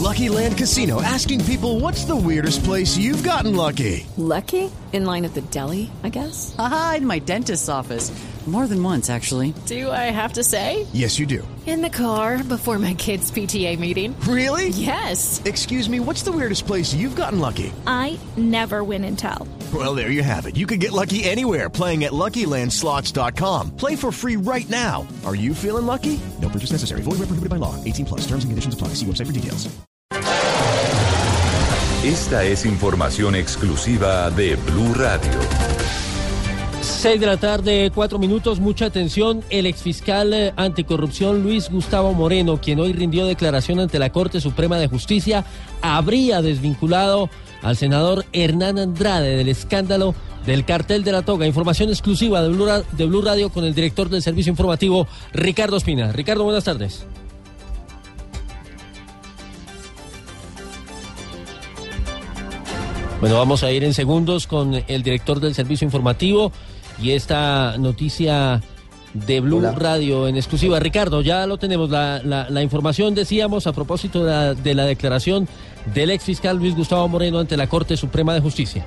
Lucky Land Casino, asking people, what's the weirdest place you've gotten lucky? Lucky? In line at the deli, I guess? Aha, in my dentist's office. More than once, actually. Do I have to say? Yes, you do. In the car before my kids' PTA meeting. Really? Yes. Excuse me, what's the weirdest place you've gotten lucky? I never win and tell. Well, there you have it. You can get lucky anywhere, playing at LuckyLandSlots.com. Play for free right now. Are you feeling lucky? No purchase necessary. Void where prohibited by law. 18+. Terms and conditions apply. See website for details. Esta es información exclusiva de Blue Radio. 6 de la tarde, 4 minutos, mucha atención. El exfiscal anticorrupción Luis Gustavo Moreno, quien hoy rindió declaración ante la Corte Suprema de Justicia, habría desvinculado al senador Hernán Andrade del escándalo del cartel de la toga. Información exclusiva de Blue Radio con el director del servicio informativo, Ricardo Ospina. Ricardo, buenas tardes. Bueno, vamos a ir en segundos con el director del servicio informativo y esta noticia de Blue Radio en exclusiva. Ricardo, ya lo tenemos, la información, decíamos, a propósito de la declaración del exfiscal Luis Gustavo Moreno ante la Corte Suprema de Justicia.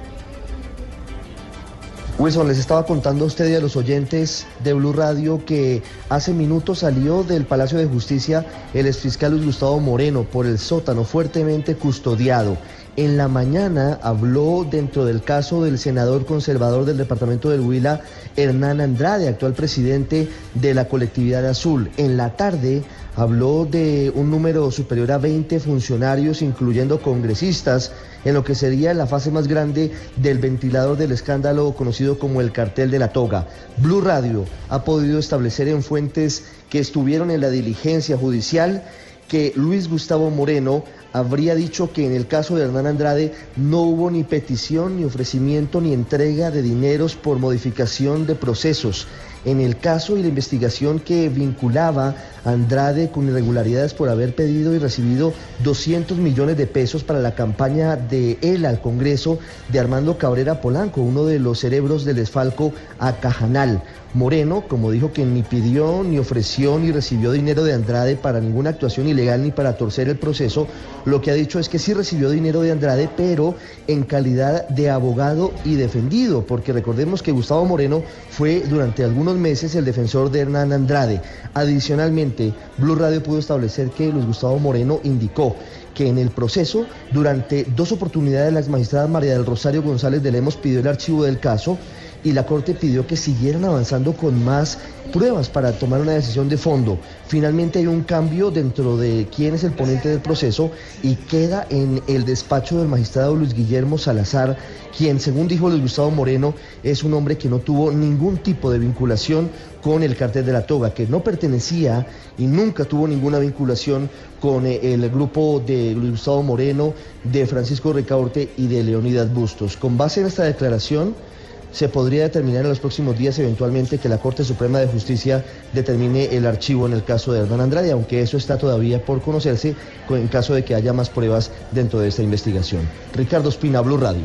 Wilson, les estaba contando a usted y a los oyentes de Blue Radio que hace minutos salió del Palacio de Justicia el exfiscal Luis Gustavo Moreno por el sótano, fuertemente custodiado. En la mañana habló dentro del caso del senador conservador del departamento del Huila, Hernán Andrade, actual presidente de la colectividad azul. En la tarde habló de un número superior a 20 funcionarios, incluyendo congresistas, en lo que sería la fase más grande del ventilador del escándalo conocido como el cartel de la toga. Blue Radio ha podido establecer en fuentes que estuvieron en la diligencia judicial que Luis Gustavo Moreno habría dicho que en el caso de Hernán Andrade no hubo ni petición, ni ofrecimiento, ni entrega de dineros por modificación de procesos. En el caso y la investigación que vinculaba a Andrade con irregularidades por haber pedido y recibido 200 millones de pesos para la campaña de él al Congreso de Armando Cabrera Polanco, uno de los cerebros del desfalco a Cajanal. Moreno, como dijo, que ni pidió, ni ofreció, ni recibió dinero de Andrade para ninguna actuación ilegal ni para torcer el proceso, lo que ha dicho es que sí recibió dinero de Andrade, pero en calidad de abogado y defendido, porque recordemos que Gustavo Moreno fue durante algunos meses el defensor de Hernán Andrade. Adicionalmente, Blue Radio pudo establecer que Luis Gustavo Moreno indicó que en el proceso, durante 2 oportunidades, la exmagistrada María del Rosario González de Lemos pidió el archivo del caso y la Corte pidió que siguieran avanzando con más pruebas para tomar una decisión de fondo. Finalmente hay un cambio dentro de quién es el ponente del proceso y queda en el despacho del magistrado Luis Guillermo Salazar, quien, según dijo Luis Gustavo Moreno, es un hombre que no tuvo ningún tipo de vinculación con el cartel de la toga, que no pertenecía y nunca tuvo ninguna vinculación con el grupo de Luis Gustavo Moreno, de Francisco Ricaurte y de Leonidas Bustos. Con base en esta declaración, se podría determinar en los próximos días eventualmente que la Corte Suprema de Justicia determine el archivo en el caso de Hernán Andrade, aunque eso está todavía por conocerse en caso de que haya más pruebas dentro de esta investigación. Ricardo Ospina, Blue Radio.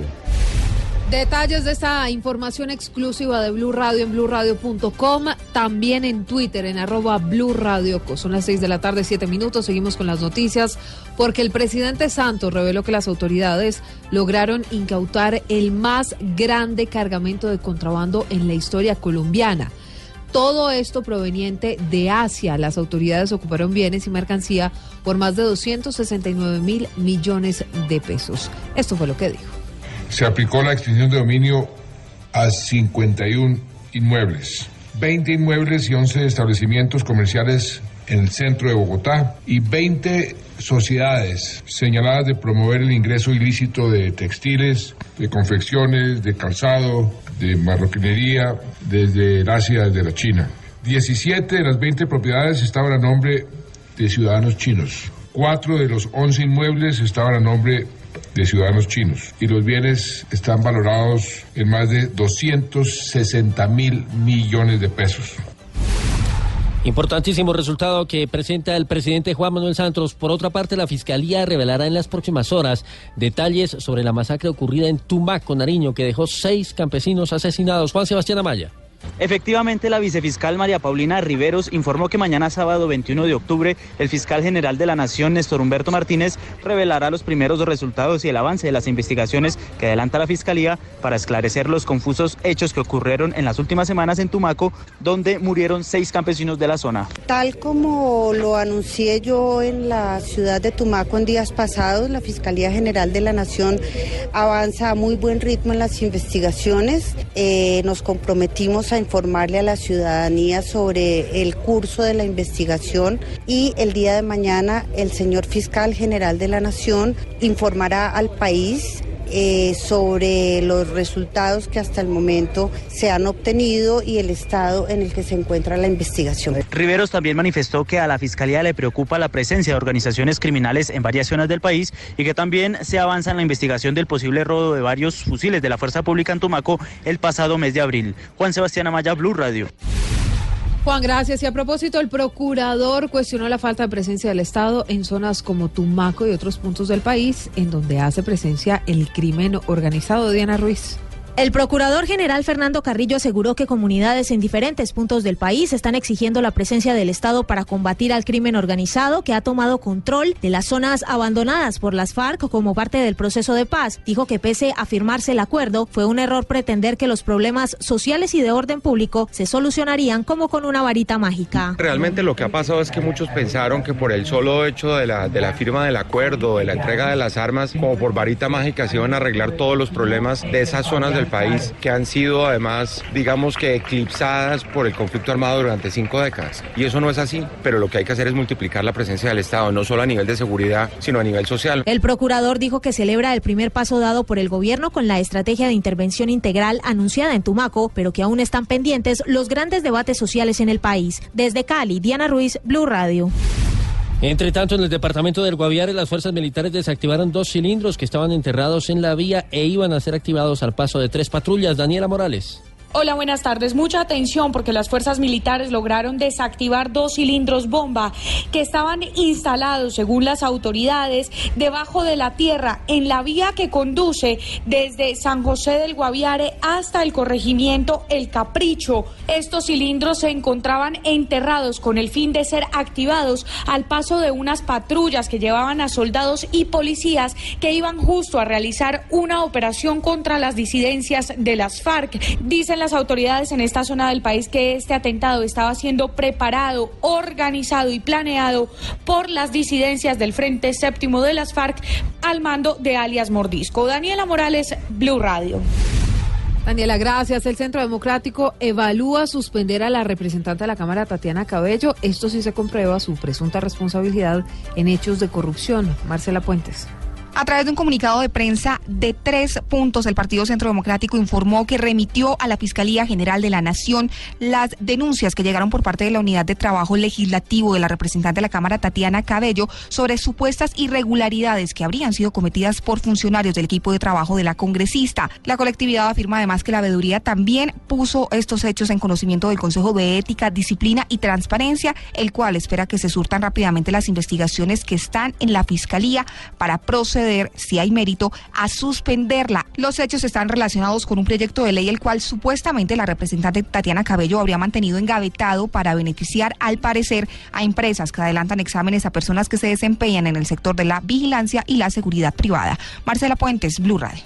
Detalles de esta información exclusiva de Blue Radio en bluradio.com, también en Twitter, en @BlueRadioco. Son las 6 de la tarde, 7 minutos, seguimos con las noticias, porque el presidente Santos reveló que las autoridades lograron incautar el más grande cargamento de contrabando en la historia colombiana. Todo esto proveniente de Asia. Las autoridades ocuparon bienes y mercancía por más de 269 mil millones de pesos. Esto fue lo que dijo. Se aplicó la extinción de dominio a 51 inmuebles, 20 inmuebles y 11 establecimientos comerciales en el centro de Bogotá y 20 sociedades señaladas de promover el ingreso ilícito de textiles, de confecciones, de calzado, de marroquinería desde el Asia, desde la China. 17 de las 20 propiedades estaban a nombre de ciudadanos chinos. 4 de los 11 inmuebles estaban a nombre de ciudadanos chinos y los bienes están valorados en más de 260 mil millones de pesos. Importantísimo resultado que presenta el presidente Juan Manuel Santos. Por otra parte, la Fiscalía revelará en las próximas horas detalles sobre la masacre ocurrida en Tumaco, Nariño, que dejó 6 campesinos asesinados. Juan Sebastián Amaya. Efectivamente, la vicefiscal María Paulina Riveros informó que mañana sábado 21 de octubre el fiscal general de la Nación, Néstor Humberto Martínez, revelará los primeros resultados y el avance de las investigaciones que adelanta la Fiscalía para esclarecer los confusos hechos que ocurrieron en las últimas semanas en Tumaco, donde murieron 6 campesinos de la zona. Tal como lo anuncié yo en la ciudad de Tumaco en días pasados, la Fiscalía General de la Nación avanza a muy buen ritmo en las investigaciones. Nos comprometimos a informarle a la ciudadanía sobre el curso de la investigación y el día de mañana el señor fiscal general de la Nación informará al país sobre los resultados que hasta el momento se han obtenido y el estado en el que se encuentra la investigación. Riveros también manifestó que a la Fiscalía le preocupa la presencia de organizaciones criminales en varias zonas del país y que también se avanza en la investigación del posible robo de varios fusiles de la Fuerza Pública en Tumaco el pasado mes de abril. Juan Sebastián Amaya, Blue Radio. Juan, gracias. Y a propósito, el procurador cuestionó la falta de presencia del Estado en zonas como Tumaco y otros puntos del país en donde hace presencia el crimen organizado. Diana Ruiz. El procurador general Fernando Carrillo aseguró que comunidades en diferentes puntos del país están exigiendo la presencia del Estado para combatir al crimen organizado que ha tomado control de las zonas abandonadas por las FARC como parte del proceso de paz. Dijo que pese a firmarse el acuerdo, fue un error pretender que los problemas sociales y de orden público se solucionarían como con una varita mágica. Realmente lo que ha pasado es que muchos pensaron que por el solo hecho de la firma del acuerdo, de la entrega de las armas, como por varita mágica se iban a arreglar todos los problemas de esas zonas del país que han sido además, digamos que eclipsadas por el conflicto armado durante 5 décadas. Y eso no es así, pero lo que hay que hacer es multiplicar la presencia del Estado, no solo a nivel de seguridad, sino a nivel social. El procurador dijo que celebra el primer paso dado por el gobierno con la estrategia de intervención integral anunciada en Tumaco, pero que aún están pendientes los grandes debates sociales en el país. Desde Cali, Diana Ruiz, Blue Radio. Entre tanto, en el departamento del Guaviare, las fuerzas militares desactivaron 2 cilindros que estaban enterrados en la vía e iban a ser activados al paso de 3 patrullas. Daniela Morales. Hola, buenas tardes. Mucha atención porque las fuerzas militares lograron desactivar 2 cilindros bomba que estaban instalados, según las autoridades, debajo de la tierra en la vía que conduce desde San José del Guaviare hasta el corregimiento El Capricho. Estos cilindros se encontraban enterrados con el fin de ser activados al paso de unas patrullas que llevaban a soldados y policías que iban justo a realizar una operación contra las disidencias de las FARC. Dicen las autoridades en esta zona del país que este atentado estaba siendo preparado, organizado y planeado por las disidencias del Frente Séptimo de las FARC al mando de alias Mordisco. Daniela Morales, Blue Radio. Daniela, gracias. El Centro Democrático evalúa suspender a la representante de la Cámara, Tatiana Cabello. Esto sí se comprueba su presunta responsabilidad en hechos de corrupción. Marcela Puentes. A través de un comunicado de prensa de 3 puntos, el Partido Centro Democrático informó que remitió a la Fiscalía General de la Nación las denuncias que llegaron por parte de la Unidad de Trabajo Legislativo de la representante de la Cámara, Tatiana Cabello, sobre supuestas irregularidades que habrían sido cometidas por funcionarios del equipo de trabajo de la congresista. La colectividad afirma además que la veeduría también puso estos hechos en conocimiento del Consejo de Ética, Disciplina y Transparencia, el cual espera que se surtan rápidamente las investigaciones que están en la Fiscalía para proceder, si hay mérito, a suspenderla. Los hechos están relacionados con un proyecto de ley el cual supuestamente la representante Tatiana Cabello habría mantenido engavetado para beneficiar, al parecer, a empresas que adelantan exámenes a personas que se desempeñan en el sector de la vigilancia y la seguridad privada. Marcela Puentes, Blue Radio.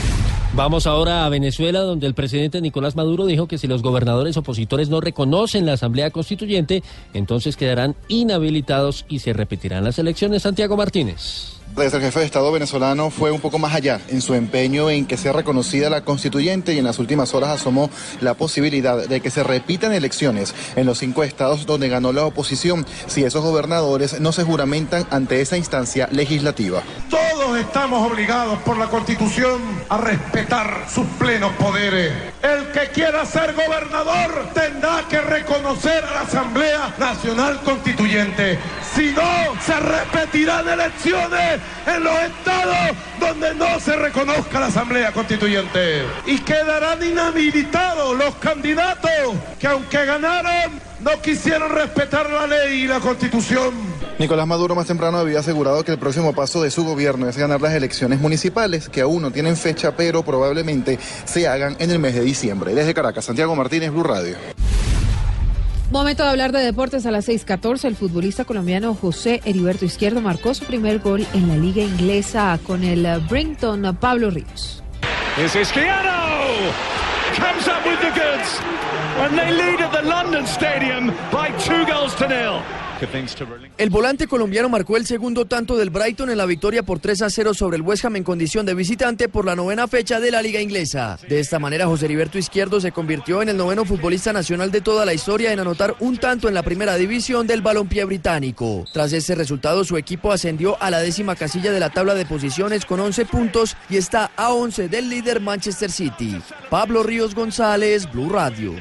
Vamos ahora a Venezuela, donde el presidente Nicolás Maduro dijo que si los gobernadores opositores no reconocen la Asamblea Constituyente, entonces quedarán inhabilitados y se repetirán las elecciones. Santiago Martínez. Desde el jefe de Estado venezolano fue un poco más allá en su empeño en que sea reconocida la constituyente y en las últimas horas asomó la posibilidad de que se repitan elecciones en los 5 estados donde ganó la oposición si esos gobernadores no se juramentan ante esa instancia legislativa. Todos estamos obligados por la Constitución a respetar sus plenos poderes. El que quiera ser gobernador tendrá que reconocer a la Asamblea Nacional Constituyente. Si no, se repetirán elecciones en los estados donde no se reconozca la Asamblea Constituyente. Y quedarán inhabilitados los candidatos que aunque ganaron, no quisieron respetar la ley y la Constitución. Nicolás Maduro más temprano había asegurado que el próximo paso de su gobierno es ganar las elecciones municipales, que aún no tienen fecha, pero probablemente se hagan en el mes de diciembre. Desde Caracas, Santiago Martínez, Blue Radio. Momento de hablar de deportes a las 6:14. El futbolista colombiano José Heriberto Izquierdo marcó su primer gol en la liga inglesa con el Brighton. Pablo Ríos. Es Izquierdo. Comes up with the goods. And they lead at the London Stadium by 2-0. El volante colombiano marcó el segundo tanto del Brighton en la victoria por 3-0 sobre el West Ham en condición de visitante por la 9ª fecha de la liga inglesa. De esta manera, José Heriberto Izquierdo se convirtió en el 9º futbolista nacional de toda la historia en anotar un tanto en la primera división del balompié británico. Tras ese resultado, su equipo ascendió a la 10ª casilla de la tabla de posiciones con 11 puntos y está a 11 del líder Manchester City. Pablo Ríos González, Blue Radio.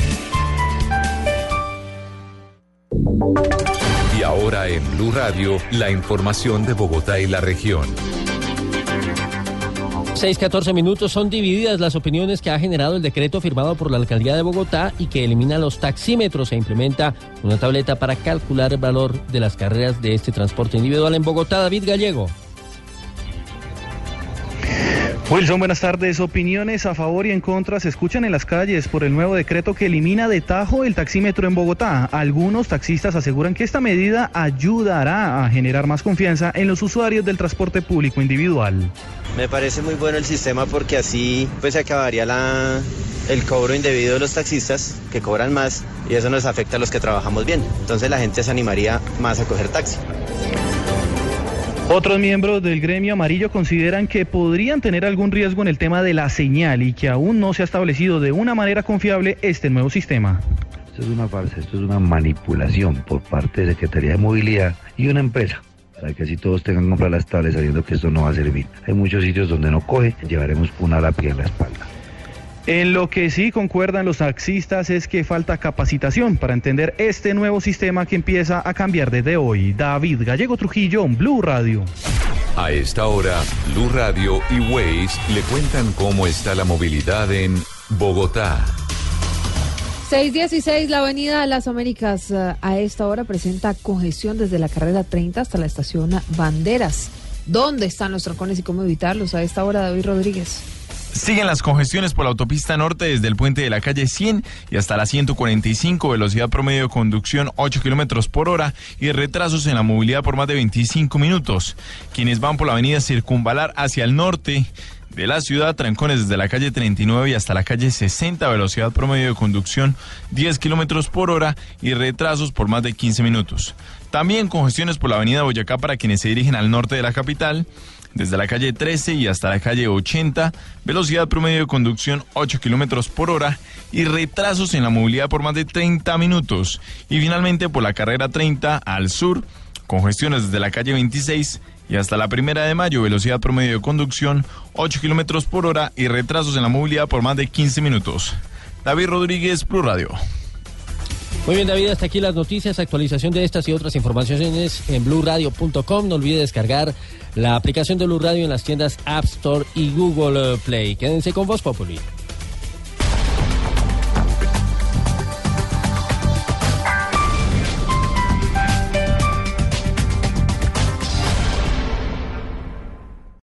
Y ahora en Blue Radio, la información de Bogotá y la región. 6:14 minutos. Son divididas las opiniones que ha generado el decreto firmado por la Alcaldía de Bogotá y que elimina los taxímetros e implementa una tableta para calcular el valor de las carreras de este transporte individual en Bogotá. David Gallego. Wilson, buenas tardes. Opiniones a favor y en contra se escuchan en las calles por el nuevo decreto que elimina de tajo el taxímetro en Bogotá. Algunos taxistas aseguran que esta medida ayudará a generar más confianza en los usuarios del transporte público individual. Me parece muy bueno el sistema porque así pues se acabaría el cobro indebido de los taxistas que cobran más y eso nos afecta a los que trabajamos bien. Entonces la gente se animaría más a coger taxi. Otros miembros del gremio amarillo consideran que podrían tener algún riesgo en el tema de la señal y que aún no se ha establecido de una manera confiable este nuevo sistema. Esto es una farsa, esto es una manipulación por parte de Secretaría de Movilidad y una empresa, para que así todos tengan que comprar las tablets sabiendo que esto no va a servir. Hay muchos sitios donde no coge, llevaremos una lápida en la espalda. En lo que sí concuerdan los taxistas es que falta capacitación para entender este nuevo sistema que empieza a cambiar desde hoy. David Gallego Trujillo, Blue Radio. A esta hora, Blue Radio y Waze le cuentan cómo está la movilidad en Bogotá. 6:16, la avenida Las Américas a esta hora presenta congestión desde la carrera 30 hasta la estación Banderas. ¿Dónde están los trancones y cómo evitarlos a esta hora, David Rodríguez? Siguen las congestiones por la autopista norte desde el puente de la calle 100 y hasta la 145, velocidad promedio de conducción 8 kilómetros por hora y retrasos en la movilidad por más de 25 minutos. Quienes van por la avenida Circunvalar hacia el norte de la ciudad, trancones desde la calle 39 y hasta la calle 60, velocidad promedio de conducción 10 kilómetros por hora y retrasos por más de 15 minutos. También congestiones por la avenida Boyacá para quienes se dirigen al norte de la capital, desde la calle 13 y hasta la calle 80, velocidad promedio de conducción 8 kilómetros por hora y retrasos en la movilidad por más de 30 minutos. Y finalmente por la carrera 30 al sur, congestiones desde la calle 26 y hasta la 1 de mayo, velocidad promedio de conducción 8 kilómetros por hora y retrasos en la movilidad por más de 15 minutos. David Rodríguez, Blue Radio. Muy bien, David, hasta aquí las noticias, actualización de estas y otras informaciones en bluradio.com. No olvide descargar la aplicación de Blue Radio en las tiendas App Store y Google Play. Quédense con Voz Populi.